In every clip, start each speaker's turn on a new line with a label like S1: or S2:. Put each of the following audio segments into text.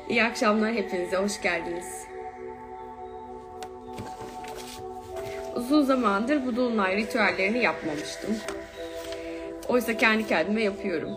S1: İyi akşamlar hepinize, hoş geldiniz. Uzun zamandır bu dolunay ritüellerini yapmamıştım. Oysa kendi kendime yapıyorum.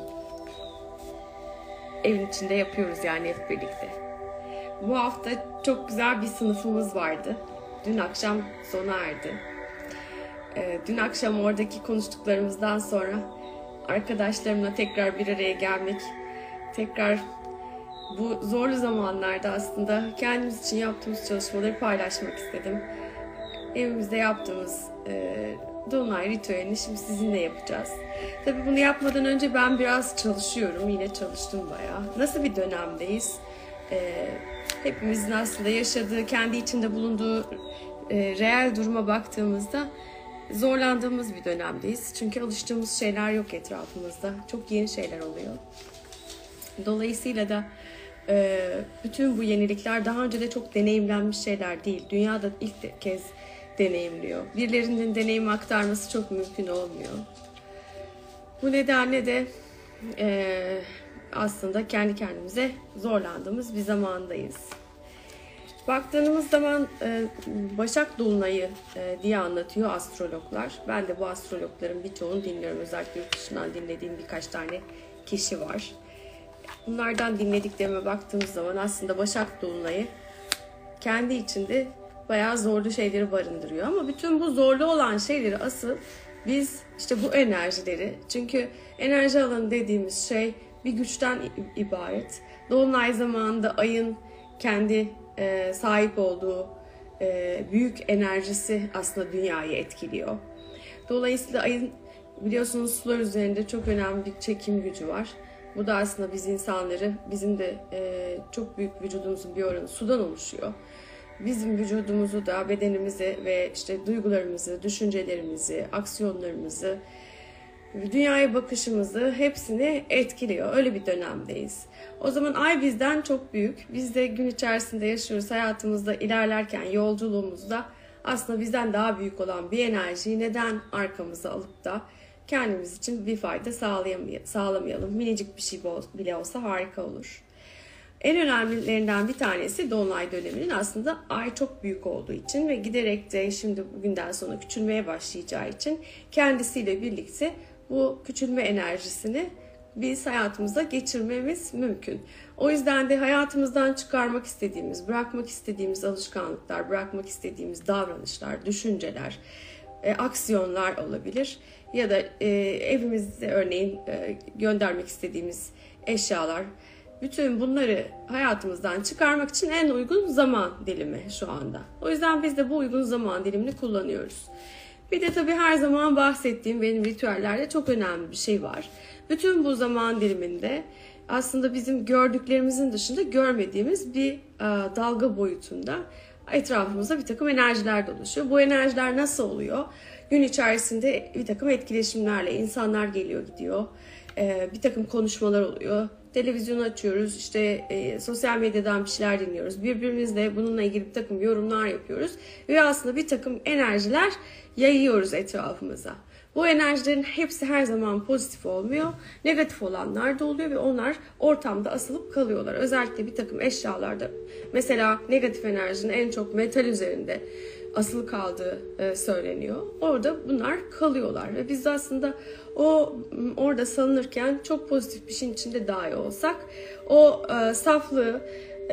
S1: Evin içinde yapıyoruz yani hep birlikte. Bu hafta çok güzel bir sınıfımız vardı. Dün akşam sona erdi. Dün akşam oradaki konuştuklarımızdan sonra arkadaşlarımla tekrar bir araya gelmek, tekrar bu zorlu zamanlarda aslında kendimiz için yaptığımız çalışmaları paylaşmak istedim. Evimizde yaptığımız dolunay ritüelini şimdi sizinle yapacağız. Tabii bunu yapmadan önce ben biraz çalışıyorum. Yine çalıştım bayağı. Nasıl bir dönemdeyiz? Hepimizin aslında yaşadığı, kendi içinde bulunduğu reel duruma baktığımızda zorlandığımız bir dönemdeyiz. Çünkü alıştığımız şeyler yok etrafımızda. Çok yeni şeyler oluyor. Dolayısıyla da bütün bu yenilikler daha önce de çok deneyimlenmiş şeyler değil. Dünyada ilk kez deneyimliyor. Birilerinin deneyim aktarması çok mümkün olmuyor. Bu nedenle de aslında kendi kendimize zorlandığımız bir zamandayız. Baktığımız zaman Başak Dolunay'ı diye anlatıyor astrologlar. Ben de bu astrologların birçoğunu dinliyorum. Özellikle yurt dışından dinlediğim birkaç tane kişi var. Bunlardan dinlediklerime baktığımız zaman aslında Başak Dolunay'ı kendi içinde bayağı zorlu şeyleri barındırıyor. Ama bütün bu zorlu olan şeyleri asıl biz işte bu enerjileri, çünkü enerji alanı dediğimiz şey bir güçten ibaret. Dolunay zamanında ayın kendi sahip olduğu büyük enerjisi aslında dünyayı etkiliyor. Dolayısıyla ayın biliyorsunuz sular üzerinde çok önemli bir çekim gücü var. Bu da aslında biz insanları, bizim de çok büyük vücudumuzun bir oranı sudan oluşuyor. Bizim vücudumuzu da, bedenimizi ve işte duygularımızı, düşüncelerimizi, aksiyonlarımızı, dünyaya bakışımızı hepsini etkiliyor. Öyle bir dönemdeyiz. O zaman ay bizden çok büyük. Biz de gün içerisinde yaşıyoruz. Hayatımızda ilerlerken, yolculuğumuzda aslında bizden daha büyük olan bir enerjiyi neden arkamıza alıp da kendimiz için bir fayda sağlamayalım. Minicik bir şey bile olsa harika olur. En önemlilerinden bir tanesi Dolunay döneminin aslında ay çok büyük olduğu için ve giderek de şimdi bugünden sonra küçülmeye başlayacağı için kendisiyle birlikte bu küçülme enerjisini biz hayatımıza geçirmemiz mümkün. O yüzden de hayatımızdan çıkarmak istediğimiz, bırakmak istediğimiz alışkanlıklar, bırakmak istediğimiz davranışlar, düşünceler, aksiyonlar olabilir. Ya da evimizde örneğin göndermek istediğimiz eşyalar, bütün bunları hayatımızdan çıkarmak için en uygun zaman dilimi şu anda. O yüzden biz de bu uygun zaman dilimini kullanıyoruz. Bir de tabii her zaman bahsettiğim benim ritüellerde çok önemli bir şey var. Bütün bu zaman diliminde aslında bizim gördüklerimizin dışında görmediğimiz bir dalga boyutunda etrafımızda bir takım enerjiler dolaşıyor. Bu enerjiler nasıl oluyor? Gün içerisinde bir takım etkileşimlerle insanlar geliyor gidiyor. Bir takım konuşmalar oluyor. Televizyonu açıyoruz, işte sosyal medyadan bir şeyler dinliyoruz. Birbirimizle bununla ilgili bir takım yorumlar yapıyoruz. Ve aslında bir takım enerjiler yayıyoruz etrafımıza. Bu enerjilerin hepsi her zaman pozitif olmuyor. Negatif olanlar da oluyor ve onlar ortamda asılıp kalıyorlar. Özellikle bir takım eşyalarda mesela negatif enerjinin en çok metal üzerinde asılı kaldığı söyleniyor. Orada bunlar kalıyorlar ve biz de aslında orada salınırken çok pozitif bir şeyin içinde dahi olsak o saflığı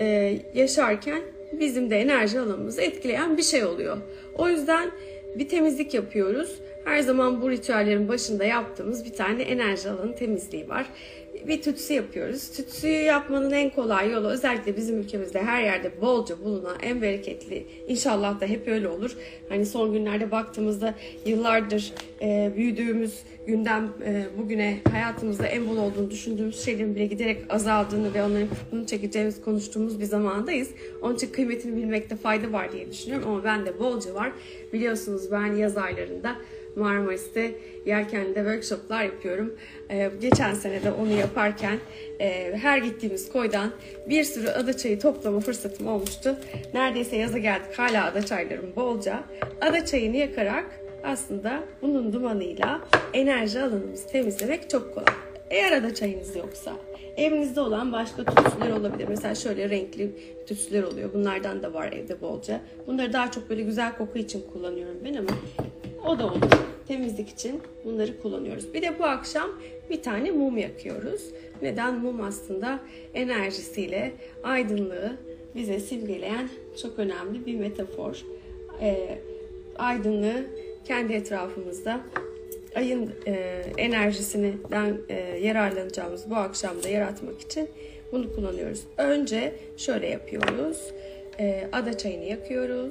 S1: yaşarken bizim de enerji alanımızı etkileyen bir şey oluyor. O yüzden bir temizlik yapıyoruz. Her zaman bu ritüellerin başında yaptığımız bir tane enerji alanı temizliği var. Bir tütsü yapıyoruz. Tütsüyü yapmanın en kolay yolu, özellikle bizim ülkemizde her yerde bolca bulunan en bereketli, inşallah da hep öyle olur. Hani son günlerde baktığımızda yıllardır büyüdüğümüz günden bugüne hayatımızda en bol olduğunu düşündüğümüz şeylerin bile giderek azaldığını ve onların kutunu çekeceğimiz konuştuğumuz bir zamandayız. Onun için kıymetini bilmekte fayda var diye düşünüyorum ama bende bolca var. Biliyorsunuz ben yaz aylarında Marmaris'te yelkenli'de workshoplar yapıyorum. Geçen sene de onu yaparken her gittiğimiz koydan bir sürü adaçayı toplama fırsatım olmuştu. Neredeyse yaza geldik, hala adaçaylarım bolca. Adaçayını yakarak aslında bunun dumanıyla enerji alanımızı temizlemek çok kolay. Eğer adaçayınız yoksa, Evinizde olan başka tütsüler olabilir. Mesela şöyle renkli tütsüler oluyor. Bunlardan da var evde bolca. Bunları daha çok böyle güzel koku için kullanıyorum ben ama o da olur. Temizlik için bunları kullanıyoruz. Bir de bu akşam bir tane mum yakıyoruz. Neden? Mum aslında enerjisiyle aydınlığı bize simgeleyen çok önemli bir metafor. Aydınlığı kendi etrafımızda ayın enerjisinden yararlanacağımız bu akşamda yaratmak için bunu kullanıyoruz. Önce şöyle yapıyoruz. Ada çayını yakıyoruz.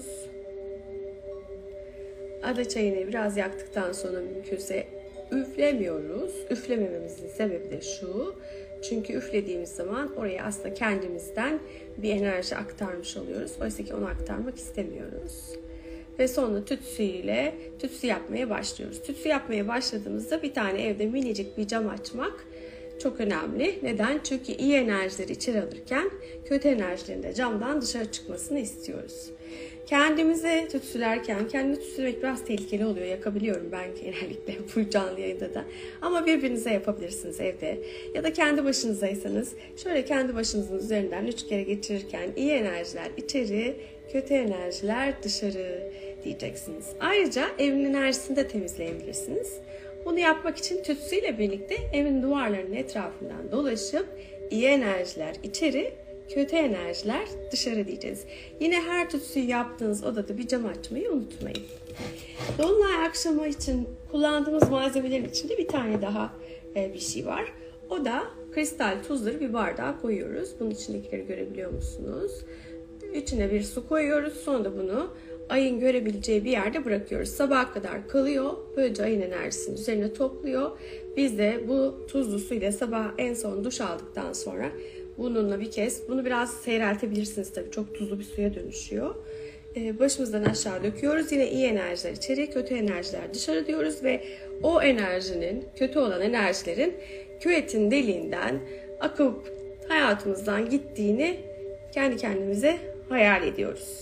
S1: Ada çayını biraz yaktıktan sonra mümkünse üflemiyoruz. Üflemememizin sebebi de şu. Çünkü üflediğimiz zaman oraya aslında kendimizden bir enerji aktarmış oluyoruz. Oysa ki onu aktarmak istemiyoruz. Ve sonra tütsü yapmaya başlıyoruz. Tütsü yapmaya başladığımızda bir tane evde minicik bir cam açmak çok önemli. Neden? Çünkü iyi enerjileri içeri alırken kötü enerjilerin de camdan dışarı çıkmasını istiyoruz. Kendimize tütsülerken, kendini tütsülemek biraz tehlikeli oluyor. Yakabiliyorum ben genellikle bu canlı yayında da. Ama birbirinize yapabilirsiniz evde. Ya da kendi başınızaysanız şöyle kendi başınızın üzerinden 3 kere geçirirken iyi enerjiler içeri, kötü enerjiler dışarı diyeceksiniz. Ayrıca evin enerjisini de temizleyebilirsiniz. Bunu yapmak için tütsüyle birlikte evin duvarlarının etrafından dolaşıp iyi enerjiler içeri, kötü enerjiler dışarı diyeceğiz. Yine her tütsüyü yaptığınız odada bir cam açmayı unutmayın. Dolunay akşamı için kullandığımız malzemelerin içinde bir tane daha bir şey var. O da kristal tuzları bir bardağa koyuyoruz. Bunun içindekileri görebiliyor musunuz? İçine bir su koyuyoruz. Sonra da bunu ayın görebileceği bir yerde bırakıyoruz. Sabaha kadar kalıyor. Böylece ayın enerjisini üzerine topluyor. Biz de bu tuzlu suyla sabah en son duş aldıktan sonra bununla bir kez, bunu biraz seyreltebilirsiniz tabii. Çok tuzlu bir suya dönüşüyor. Başımızdan aşağı döküyoruz. Yine iyi enerjiler içeri, kötü enerjiler dışarı diyoruz ve o enerjinin, kötü olan enerjilerin küvetin deliğinden akıp hayatımızdan gittiğini kendi kendimize hayal ediyoruz.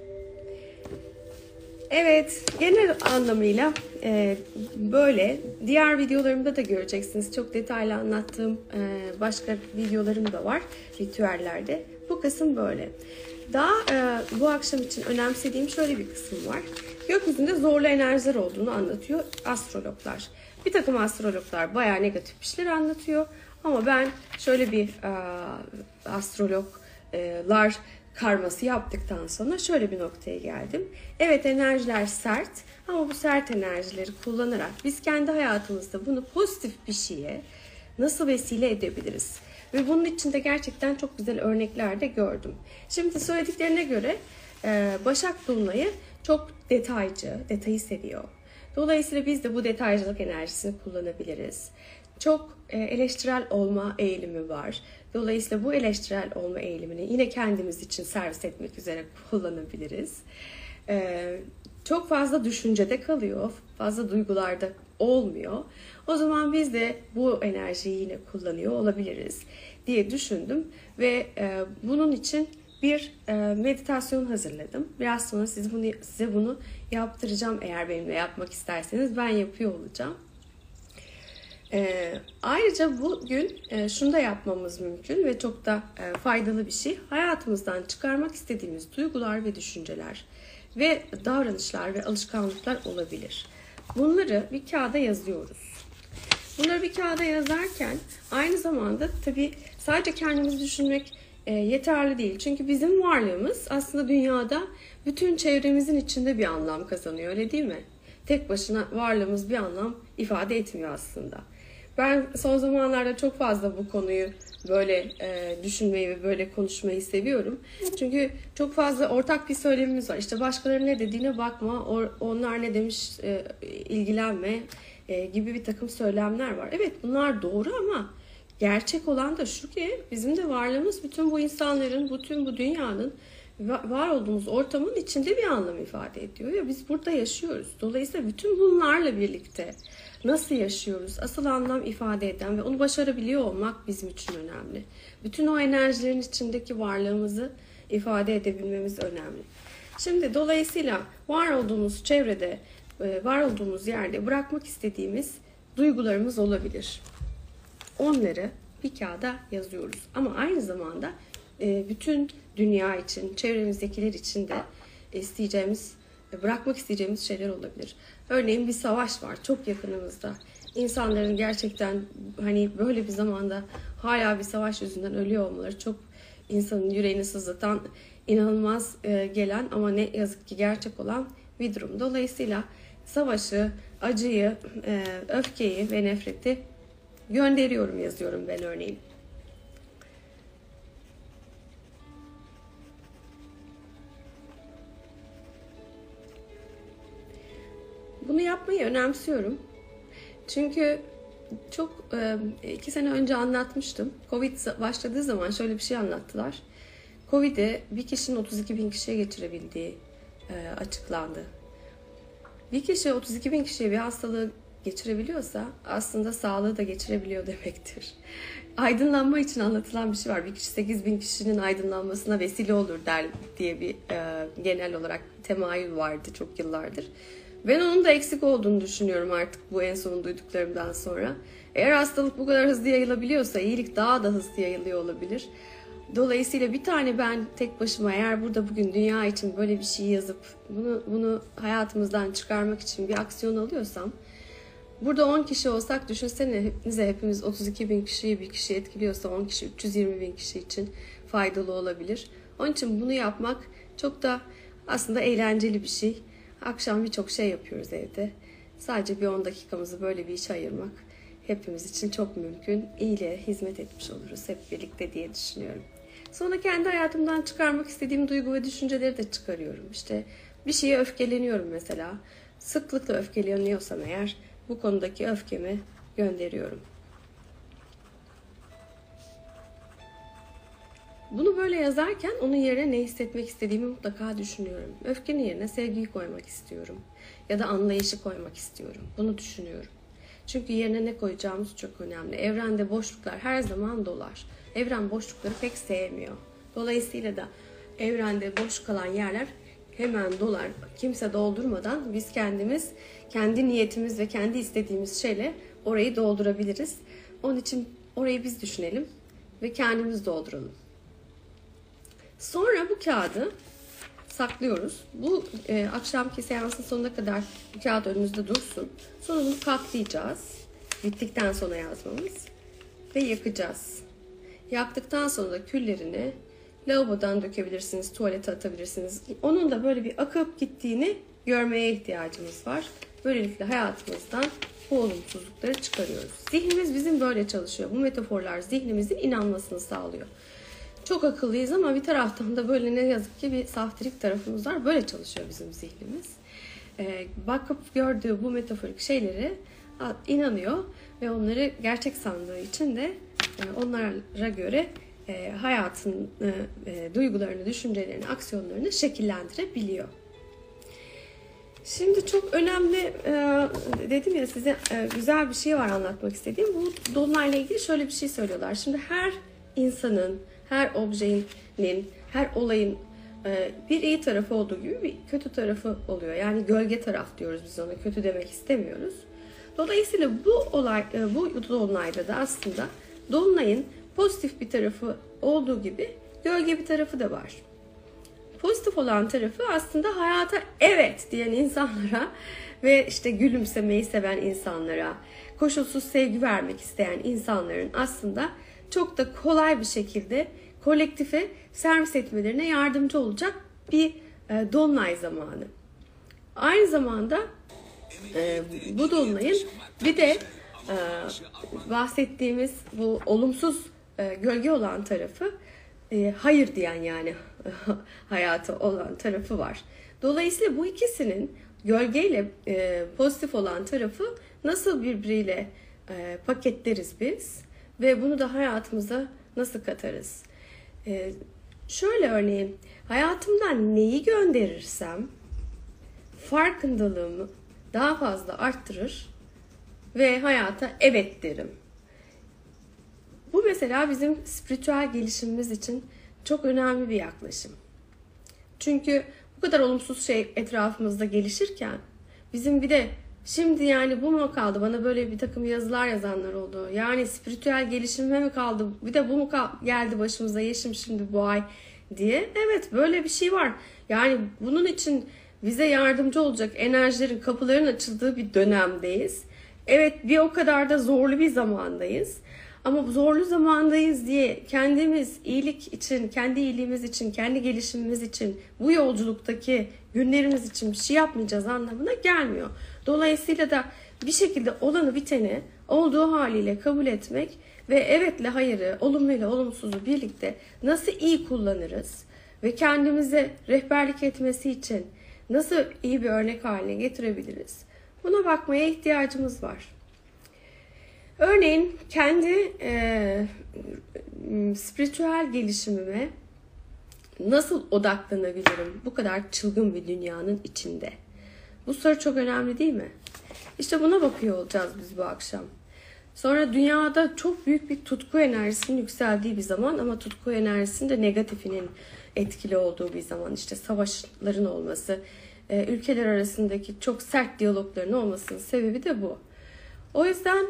S1: Evet, genel anlamıyla böyle. Diğer videolarımda da göreceksiniz. Çok detaylı anlattığım başka videolarım da var ritüellerde. Bu kısım böyle. Daha bu akşam için önemsediğim şöyle bir kısım var. Gökyüzünde zorlu enerjiler olduğunu anlatıyor astrologlar. Bir takım astrologlar bayağı negatif bir şeyler anlatıyor. Ama ben şöyle bir astrologlar karması yaptıktan sonra şöyle bir noktaya geldim. Evet, enerjiler sert ama bu sert enerjileri kullanarak biz kendi hayatımızda bunu pozitif bir şeye nasıl vesile edebiliriz? Ve bunun içinde gerçekten çok güzel örnekler de gördüm. Şimdi söylediklerine göre Başak Dolunay'ı çok detayı seviyor. Dolayısıyla biz de bu detaycılık enerjisini kullanabiliriz. Çok eleştirel olma eğilimi var. Dolayısıyla bu eleştirel olma eğilimini yine kendimiz için servis etmek üzere kullanabiliriz. Çok fazla düşüncede kalıyor, fazla duygularda olmuyor. O zaman biz de bu enerjiyi yine kullanıyor olabiliriz diye düşündüm ve bunun için bir meditasyon hazırladım. Biraz sonra size bunu yaptıracağım, eğer benimle yapmak isterseniz ben yapıyor olacağım. Ayrıca bugün şunu da yapmamız mümkün ve çok da faydalı bir şey. Hayatımızdan çıkarmak istediğimiz duygular ve düşünceler ve davranışlar ve alışkanlıklar olabilir. Bunları bir kağıda yazıyoruz. Bunları bir kağıda yazarken aynı zamanda tabii sadece kendimizi düşünmek yeterli değil. Çünkü bizim varlığımız aslında dünyada bütün çevremizin içinde bir anlam kazanıyor, öyle değil mi? Tek başına varlığımız bir anlam ifade etmiyor aslında. Ben son zamanlarda çok fazla bu konuyu böyle düşünmeyi ve böyle konuşmayı seviyorum. Çünkü çok fazla ortak bir söylemimiz var. İşte başkalarının ne dediğine bakma, onlar ne demiş ilgilenme gibi bir takım söylemler var. Evet, bunlar doğru ama gerçek olan da şu ki bizim de varlığımız bütün bu insanların, bütün bu dünyanın, var olduğumuz ortamın içinde bir anlam ifade ediyor ya biz burada yaşıyoruz. Dolayısıyla bütün bunlarla birlikte nasıl yaşıyoruz, asıl anlam ifade eden ve onu başarabiliyor olmak bizim için önemli. Bütün o enerjilerin içindeki varlığımızı ifade edebilmemiz önemli. Şimdi dolayısıyla var olduğumuz çevrede, var olduğumuz yerde bırakmak istediğimiz duygularımız olabilir. Onları bir kağıda yazıyoruz. Ama aynı zamanda bütün dünya için, çevremizdekiler için de bırakmak isteyeceğimiz şeyler olabilir. Örneğin bir savaş var çok yakınımızda. İnsanların gerçekten hani böyle bir zamanda hala bir savaş yüzünden ölüyor olmaları çok insanın yüreğini sızlatan, inanılmaz gelen ama ne yazık ki gerçek olan bir durum. Dolayısıyla savaşı, acıyı, öfkeyi ve nefreti gönderiyorum yazıyorum ben örneğin. Bunu yapmayı önemsiyorum. Çünkü çok 2 sene önce anlatmıştım. Covid başladığı zaman şöyle bir şey anlattılar. Covid'i bir kişinin 32 bin kişiye geçirebildiği açıklandı. Bir kişi 32 bin kişiye bir hastalığı geçirebiliyorsa aslında sağlığı da geçirebiliyor demektir. Aydınlanma için anlatılan bir şey var. Bir kişi 8 bin kişinin aydınlanmasına vesile olur der diye bir genel olarak temayül vardı çok yıllardır. Ben onun da eksik olduğunu düşünüyorum artık bu en son duyduklarımdan sonra. Eğer hastalık bu kadar hızlı yayılabiliyorsa iyilik daha da hızlı yayılıyor olabilir. Dolayısıyla bir tane ben tek başıma eğer burada bugün dünya için böyle bir şey yazıp bunu hayatımızdan çıkarmak için bir aksiyon alıyorsam, burada 10 kişi olsak düşünsene hepimiz 32 bin kişiyi bir kişi etkiliyorsa 10 kişi 320 bin kişi için faydalı olabilir. Onun için bunu yapmak çok da aslında eğlenceli bir şey. Akşam birçok şey yapıyoruz evde. Sadece bir 10 dakikamızı böyle bir işe ayırmak hepimiz için çok mümkün. İyiliğe hizmet etmiş oluruz hep birlikte diye düşünüyorum. Sonra kendi hayatımdan çıkarmak istediğim duygu ve düşünceleri de çıkarıyorum. İşte bir şeye öfkeleniyorum mesela. Sıklıkla öfkeleniyorsam eğer bu konudaki öfkemi gönderiyorum. Bunu böyle yazarken onun yerine ne hissetmek istediğimi mutlaka düşünüyorum. Öfkenin yerine sevgiyi koymak istiyorum. Ya da anlayışı koymak istiyorum. Bunu düşünüyorum. Çünkü yerine ne koyacağımız çok önemli. Evrende boşluklar her zaman dolar. Evren boşlukları pek sevmiyor. Dolayısıyla da evrende boş kalan yerler hemen dolar. Kimse doldurmadan biz kendimiz, kendi niyetimiz ve kendi istediğimiz şeyle orayı doldurabiliriz. Onun için orayı biz düşünelim ve kendimiz dolduralım. Sonra bu kağıdı saklıyoruz. Bu akşamki seansın sonuna kadar bu kağıt önümüzde dursun. Sonra bunu katlayacağız. Bittikten sonra yazmamız. Ve yakacağız. Yaktıktan sonra da küllerini lavabodan dökebilirsiniz, tuvalete atabilirsiniz. Onun da böyle bir akıp gittiğini görmeye ihtiyacımız var. Böylelikle hayatımızdan bu olumsuzlukları çıkarıyoruz. Zihnimiz bizim böyle çalışıyor. Bu metaforlar zihnimizin inanmasını sağlıyor. Çok akıllıyız ama bir taraftan da böyle ne yazık ki bir saftirik tarafımız var. Böyle çalışıyor bizim zihnimiz. Bakıp gördüğü bu metaforik şeyleri inanıyor ve onları gerçek sandığı için de onlara göre hayatın duygularını, düşüncelerini, aksiyonlarını şekillendirebiliyor. Şimdi çok önemli dedim ya size güzel bir şey var anlatmak istediğim. Bu dolunayla ilgili şöyle bir şey söylüyorlar. Şimdi her insanın, her objenin, her olayın bir iyi tarafı olduğu gibi bir kötü tarafı oluyor. Yani gölge taraf diyoruz biz ona. Kötü demek istemiyoruz. Dolayısıyla bu dolunayda da aslında dolunayın pozitif bir tarafı olduğu gibi gölge bir tarafı da var. Pozitif olan tarafı aslında hayata evet diyen insanlara ve işte gülümsemeyi seven insanlara, koşulsuz sevgi vermek isteyen insanların aslında çok da kolay bir şekilde kolektife servis etmelerine yardımcı olacak bir dolunay zamanı. Aynı zamanda bu dolunayın bir de bahsettiğimiz bu olumsuz gölge olan tarafı hayır diyen yani hayatı olan tarafı var. Dolayısıyla bu ikisinin gölgeyle pozitif olan tarafı nasıl birbiriyle paketleriz biz ve bunu da hayatımıza nasıl katarız? Şöyle örneğin hayatımdan neyi gönderirsem farkındalığımı daha fazla arttırır ve hayata evet derim. Bu mesela bizim spiritüel gelişimimiz için çok önemli bir yaklaşım. Çünkü bu kadar olumsuz şey etrafımızda gelişirken bizim bir de Şimdi yani bu mu kaldı? Bana böyle bir takım yazılar yazanlar oldu. Yani spiritüel gelişime mi kaldı? Bir de bu mu geldi başımıza Yeşim şimdi bu ay diye. Evet, böyle bir şey var. Yani bunun için bize yardımcı olacak enerjilerin, kapıların açıldığı bir dönemdeyiz. Evet, bir o kadar da zorlu bir zamandayız. Ama bu zorlu zamandayız diye kendimiz iyilik için, kendi iyiliğimiz için, kendi gelişimimiz için, bu yolculuktaki günlerimiz için bir şey yapmayacağız anlamına gelmiyor. Dolayısıyla da bir şekilde olanı biteni olduğu haliyle kabul etmek ve evetle hayırı, olumluyla olumsuzu birlikte nasıl iyi kullanırız ve kendimize rehberlik etmesi için nasıl iyi bir örnek haline getirebiliriz? Buna bakmaya ihtiyacımız var. Örneğin kendi spiritüel gelişimime nasıl odaklanabilirim bu kadar çılgın bir dünyanın içinde? Bu soru çok önemli değil mi? İşte buna bakıyor olacağız biz bu akşam. Sonra dünyada çok büyük bir tutku enerjisinin yükseldiği bir zaman ama tutku enerjisinin de negatifinin etkili olduğu bir zaman. İşte savaşların olması, ülkeler arasındaki çok sert diyalogların olmasının sebebi de bu. O yüzden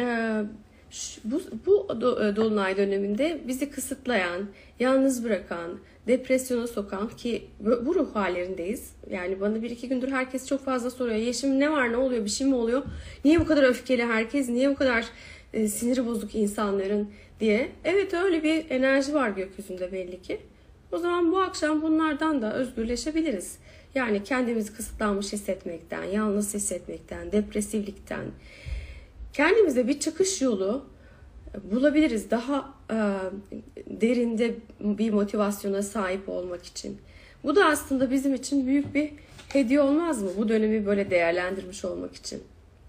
S1: bu dolunay döneminde bizi kısıtlayan, yalnız bırakan, depresyona sokan ki bu ruh hallerindeyiz. Yani bana 1-2 gündür herkes çok fazla soruyor. Yeşim ne var, ne oluyor, bir şey mi oluyor? Niye bu kadar öfkeli herkes? Niye bu kadar siniri bozuk insanların diye. Evet, öyle bir enerji var gökyüzünde belli ki. O zaman bu akşam bunlardan da özgürleşebiliriz. Yani kendimizi kısıtlanmış hissetmekten, yalnız hissetmekten, depresiflikten kendimize bir çıkış yolu bulabiliriz. Daha derinde bir motivasyona sahip olmak için. Bu da aslında bizim için büyük bir hediye olmaz mı? Bu dönemi böyle değerlendirmiş olmak için.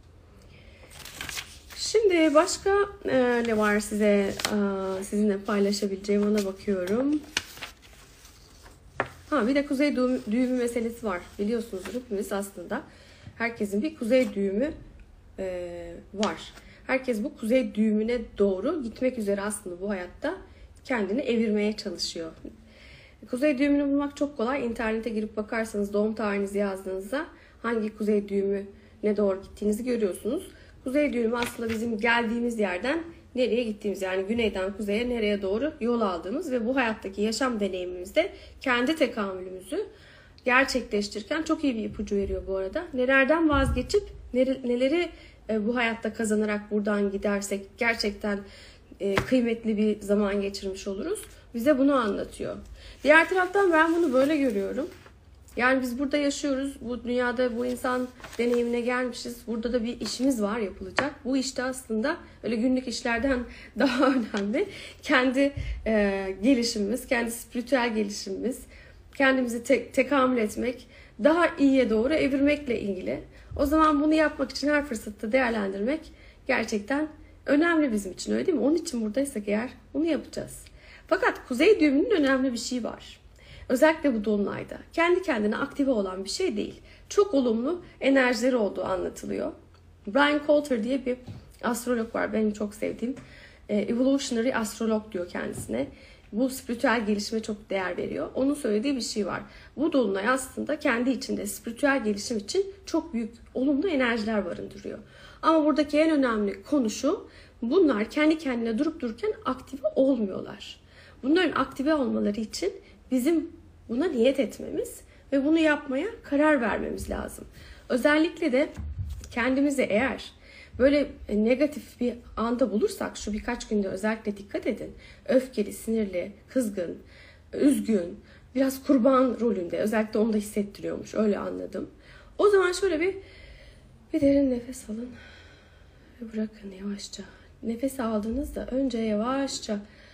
S1: Şimdi başka ne var sizinle paylaşabileceğim, ona bakıyorum. Bir de kuzey düğümü meselesi var. Biliyorsunuz hepimiz aslında herkesin bir kuzey düğümü var. Herkes bu kuzey düğümüne doğru gitmek üzere aslında bu hayatta kendini evirmeye çalışıyor. Kuzey düğümünü bulmak çok kolay. İnternete girip bakarsanız doğum tarihinizi yazdığınızda hangi kuzey düğümüne doğru gittiğinizi görüyorsunuz. Kuzey düğümü aslında bizim geldiğimiz yerden nereye gittiğimiz, yani güneyden kuzeye nereye doğru yol aldığımız ve bu hayattaki yaşam deneyimimizde kendi tekamülümüzü gerçekleştirirken çok iyi bir ipucu veriyor bu arada. Nelerden vazgeçip neleri bu hayatta kazanarak buradan gidersek gerçekten kıymetli bir zaman geçirmiş oluruz. Bize bunu anlatıyor. Diğer taraftan ben bunu böyle görüyorum. Yani biz burada yaşıyoruz. Bu dünyada bu insan deneyimine gelmişiz. Burada da bir işimiz var yapılacak. Bu işte aslında öyle günlük işlerden daha önemli. Kendi gelişimimiz, kendi spiritüel gelişimimiz, kendimizi tekamül etmek, daha iyiye doğru evirmekle ilgili. O zaman bunu yapmak için her fırsatta değerlendirmek gerçekten önemli bizim için, öyle değil mi? Onun için buradaysak eğer bunu yapacağız. Fakat kuzey düğümünün önemli bir şey var. Özellikle bu dolunayda. Kendi kendine aktive olan bir şey değil. Çok olumlu enerjileri olduğu anlatılıyor. Brian Coulter diye bir astrolog var. Benim çok sevdiğim. Evolutionary astrolog diyor kendisine. Bu spiritüel gelişime çok değer veriyor. Onun söylediği bir şey var. Bu dolunay aslında kendi içinde spiritüel gelişim için çok büyük olumlu enerjiler barındırıyor. Ama buradaki en önemli konu şu: bunlar kendi kendine durup dururken aktive olmuyorlar. Bunların aktive olmaları için bizim buna niyet etmemiz ve bunu yapmaya karar vermemiz lazım. Özellikle de kendimize eğer böyle negatif bir anda bulursak, şu birkaç günde özellikle dikkat edin. Öfkeli, sinirli, kızgın, üzgün, biraz kurban rolünde, özellikle onu da hissettiriyormuş, öyle anladım. O zaman şöyle bir derin nefes alın ve bırakın yavaşça. Nefes aldığınızda önce yavaşça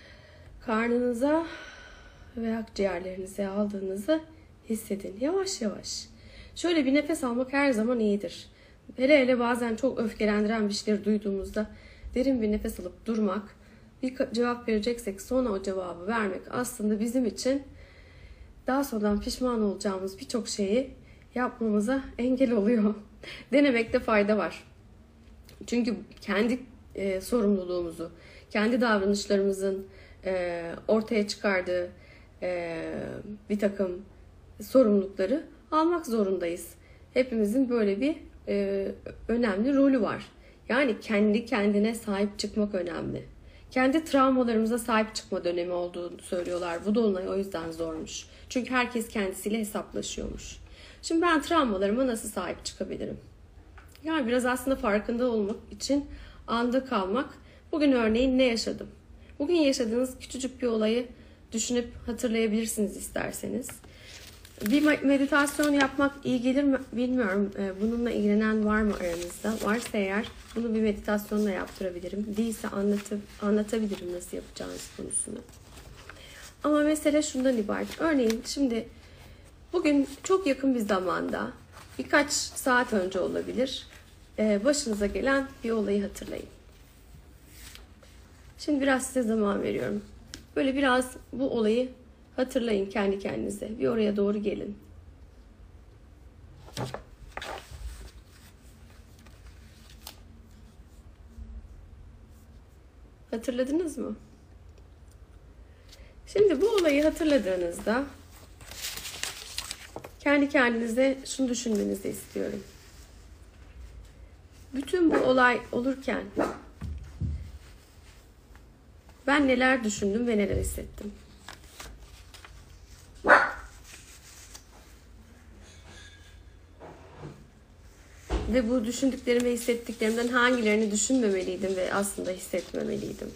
S1: karnınıza ve akciğerlerinize aldığınızı hissedin. Yavaş yavaş. Şöyle bir nefes almak her zaman iyidir. Hele hele bazen çok öfkelendiren bir şeyleri duyduğumuzda derin bir nefes alıp durmak, bir cevap vereceksek sonra o cevabı vermek aslında bizim için daha sonradan pişman olacağımız birçok şeyi yapmamıza engel oluyor. Denemekte fayda var. Çünkü kendi sorumluluğumuzu, kendi davranışlarımızın ortaya çıkardığı bir takım sorumlulukları almak zorundayız. Hepimizin böyle bir önemli rolü var. Yani kendi kendine sahip çıkmak önemli. Kendi travmalarımıza sahip çıkma dönemi olduğunu söylüyorlar. Bu dolunay o yüzden zormuş. Çünkü herkes kendisiyle hesaplaşıyormuş. Şimdi ben travmalarıma nasıl sahip çıkabilirim? Yani biraz aslında farkında olmak için anda kalmak. Bugün örneğin ne yaşadım? Bugün yaşadığınız küçücük bir olayı düşünüp hatırlayabilirsiniz isterseniz. Bir meditasyon yapmak iyi gelir mi bilmiyorum. Bununla ilgilenen var mı aranızda? Varsa eğer bunu bir meditasyonla yaptırabilirim. Değilse anlatabilirim nasıl yapacağınız konusunu. Ama mesele şundan ibaret. Örneğin şimdi bugün çok yakın bir zamanda, birkaç saat önce olabilir, başınıza gelen bir olayı hatırlayın. Şimdi biraz size zaman veriyorum. Böyle biraz bu olayı hatırlayın kendi kendinize. Bir oraya doğru gelin. Hatırladınız mı? Şimdi bu olayı hatırladığınızda kendi kendinize şunu düşünmenizi istiyorum. Bütün bu olay olurken ben neler düşündüm ve neler hissettim? Ve bu düşündüklerim ve hissettiklerimden hangilerini düşünmemeliydim ve aslında hissetmemeliydim?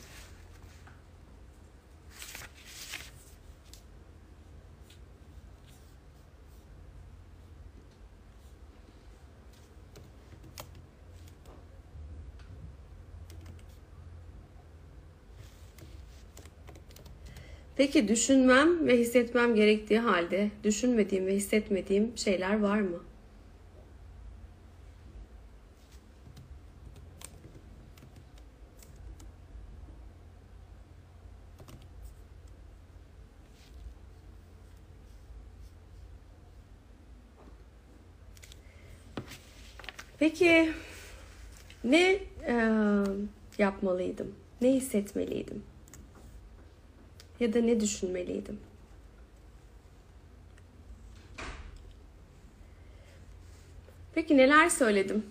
S1: Peki düşünmem ve hissetmem gerektiği halde düşünmediğim ve hissetmediğim şeyler var mı? Peki ne yapmalıydım? Ne hissetmeliydim? Ya da ne düşünmeliydim? Peki neler söyledim?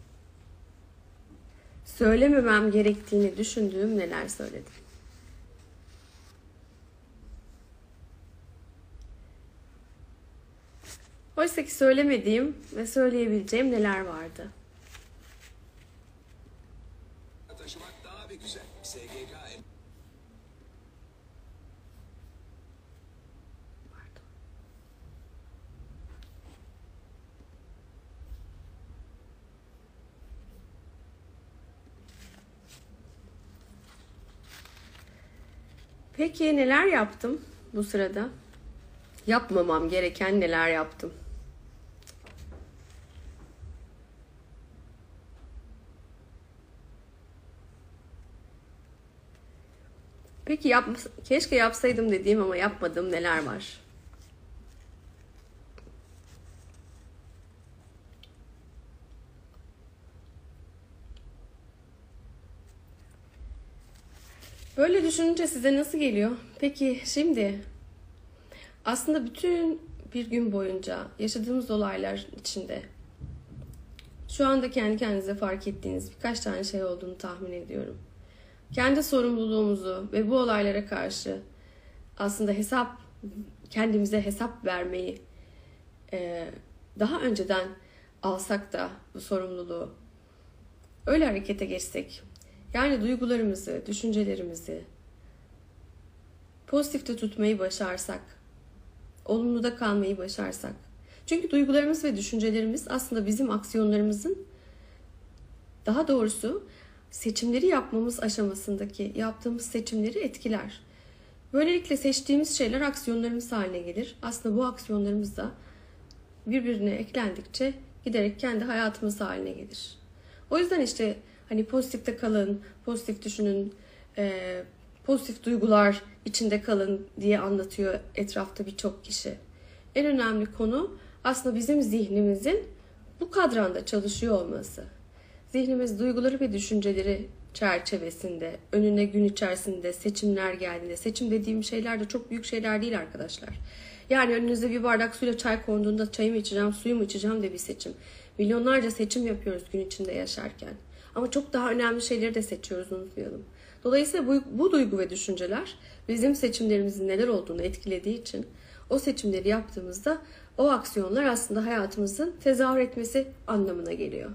S1: Söylememem gerektiğini düşündüğüm neler söyledim? Oysa ki söylemediğim ve söyleyebileceğim neler vardı?
S2: Taşımak daha bir güzel. SGK.
S1: Peki neler yaptım bu sırada? Yapmamam gereken neler yaptım? Peki keşke yapsaydım dediğim ama yapmadığım neler var? Böyle düşününce size nasıl geliyor? Peki şimdi aslında bütün bir gün boyunca yaşadığımız olaylar içinde şu anda kendi kendinize fark ettiğiniz birkaç tane şey olduğunu tahmin ediyorum. Kendi sorumluluğumuzu ve bu olaylara karşı aslında kendimize hesap vermeyi daha önceden alsak da bu sorumluluğu öyle harekete geçsek, yani duygularımızı, düşüncelerimizi pozitifte tutmayı başarsak, olumluda kalmayı başarsak. Çünkü duygularımız ve düşüncelerimiz aslında bizim aksiyonlarımızın, daha doğrusu seçimleri yapmamız aşamasındaki yaptığımız seçimleri etkiler. Böylelikle seçtiğimiz şeyler aksiyonlarımız haline gelir. Aslında bu aksiyonlarımız da birbirine eklendikçe giderek kendi hayatımız haline gelir. O yüzden işte hani pozitifte kalın, pozitif düşünün, pozitif duygular içinde kalın diye anlatıyor etrafta birçok kişi. En önemli konu aslında bizim zihnimizin bu kadranda çalışıyor olması. Zihnimiz duyguları ve düşünceleri çerçevesinde, önüne gün içerisinde seçimler geldiğinde, seçim dediğim şeyler de çok büyük şeyler değil arkadaşlar. Yani önünüze bir bardak suyla çay konduğunda çayımı içeceğim, suyu mu içeceğim de bir seçim. Milyonlarca seçim yapıyoruz gün içinde yaşarken. Ama çok daha önemli şeyleri de seçiyoruz, unutmayalım. Dolayısıyla bu duygu ve düşünceler bizim seçimlerimizin neler olduğunu etkilediği için o seçimleri yaptığımızda o aksiyonlar aslında hayatımızın tezahür etmesi anlamına geliyor.